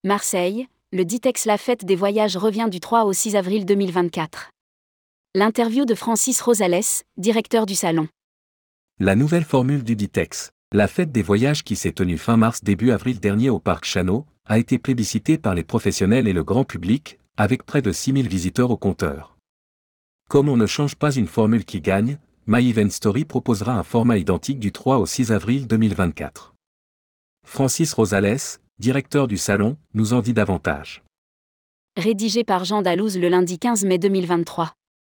Marseille, le Ditex La Fête des Voyages revient du 3 au 6 avril 2024. L'interview de Francis Rosales, directeur du salon. La nouvelle formule du Ditex, la Fête des Voyages qui s'est tenue fin mars début avril dernier au Parc Chano, a été plébiscitée par les professionnels et le grand public, avec près de 6000 visiteurs au compteur. Comme on ne change pas une formule qui gagne, My Event Story proposera un format identique du 3 au 6 avril 2024. Francis Rosales, directeur du salon, nous en dit davantage. Rédigé par Jean Dalouse le lundi 15 mai 2023.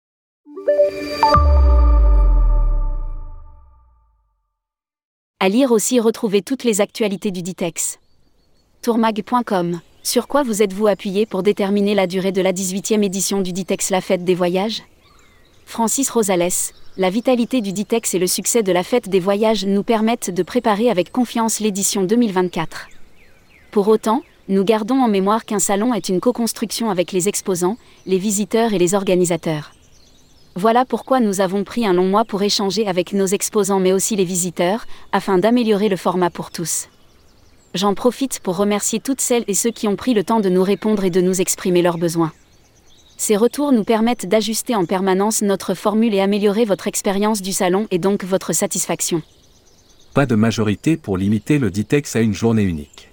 À lire aussi, retrouvez toutes les actualités du Ditex. Tourmag.com. Sur quoi vous êtes-vous appuyé pour déterminer la durée de la 18e édition du Ditex La Fête des Voyages ? Francis Rosales. La vitalité du Ditex et le succès de la Fête des Voyages nous permettent de préparer avec confiance l'édition 2024. Pour autant, nous gardons en mémoire qu'un salon est une co-construction avec les exposants, les visiteurs et les organisateurs. Voilà pourquoi nous avons pris un long mois pour échanger avec nos exposants mais aussi les visiteurs, afin d'améliorer le format pour tous. J'en profite pour remercier toutes celles et ceux qui ont pris le temps de nous répondre et de nous exprimer leurs besoins. Ces retours nous permettent d'ajuster en permanence notre formule et améliorer votre expérience du salon et donc votre satisfaction. Pas de majorité pour limiter le Ditex à une journée unique.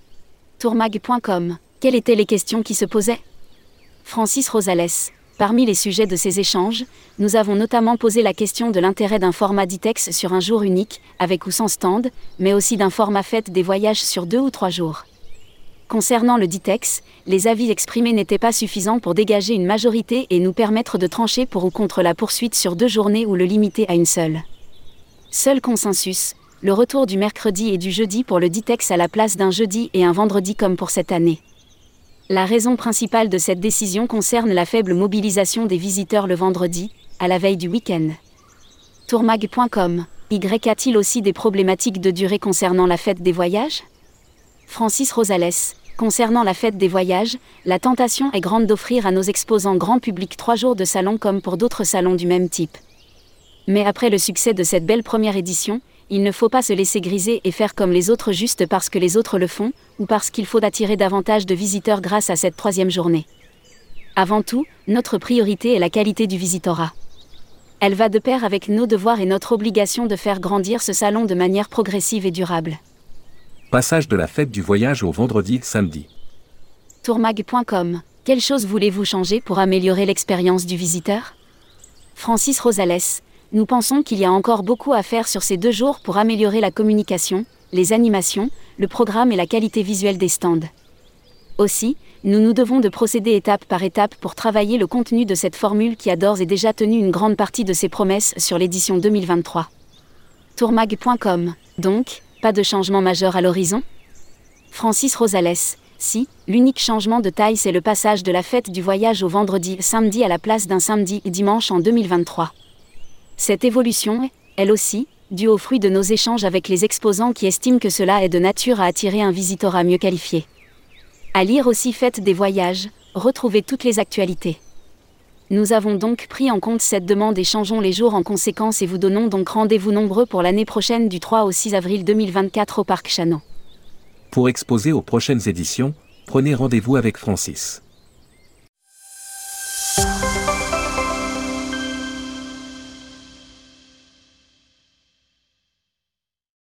Tourmag.com. Quelles étaient les questions qui se posaient ? Francis Rosales. Parmi les sujets de ces échanges, nous avons notamment posé la question de l'intérêt d'un format Ditex sur un jour unique, avec ou sans stand, mais aussi d'un format Fête des Voyages sur 2 ou 3 jours. Concernant le Ditex, les avis exprimés n'étaient pas suffisants pour dégager une majorité et nous permettre de trancher pour ou contre la poursuite sur 2 journées ou le limiter à une seule. Seul consensus, le retour du mercredi et du jeudi pour le Ditex à la place d'un jeudi et un vendredi comme pour cette année. La raison principale de cette décision concerne la faible mobilisation des visiteurs le vendredi, à la veille du week-end. Tourmag.com. Y a-t-il aussi des problématiques de durée concernant la Fête des Voyages ? Francis Rosales. Concernant la Fête des Voyages, la tentation est grande d'offrir à nos exposants grand public 3 jours de salon comme pour d'autres salons du même type. Mais après le succès de cette belle première édition, il ne faut pas se laisser griser et faire comme les autres juste parce que les autres le font, ou parce qu'il faut attirer davantage de visiteurs grâce à cette 3e journée. Avant tout, notre priorité est la qualité du visitorat. Elle va de pair avec nos devoirs et notre obligation de faire grandir ce salon de manière progressive et durable. Passage de la Fête du Voyage au vendredi-samedi. Tourmag.com. Quelle chose voulez-vous changer pour améliorer l'expérience du visiteur ? Francis Rosales. Nous pensons qu'il y a encore beaucoup à faire sur ces 2 jours pour améliorer la communication, les animations, le programme et la qualité visuelle des stands. Aussi, nous devons de procéder étape par étape pour travailler le contenu de cette formule qui a d'ores et déjà tenu une grande partie de ses promesses sur l'édition 2023. Tourmag.com. Donc, pas de changement majeur à l'horizon ? Francis Rosales. Si, l'unique changement de taille c'est le passage de la Fête du Voyage au vendredi-samedi à la place d'un samedi et dimanche en 2023. Cette évolution est, elle aussi, due aux fruits de nos échanges avec les exposants qui estiment que cela est de nature à attirer un visitorat mieux qualifié. À lire aussi Fête des Voyages, retrouvez toutes les actualités. Nous avons donc pris en compte cette demande et changeons les jours en conséquence et vous donnons donc rendez-vous nombreux pour l'année prochaine du 3 au 6 avril 2024 au Parc Chano. Pour exposer aux prochaines éditions, prenez rendez-vous avec Francis.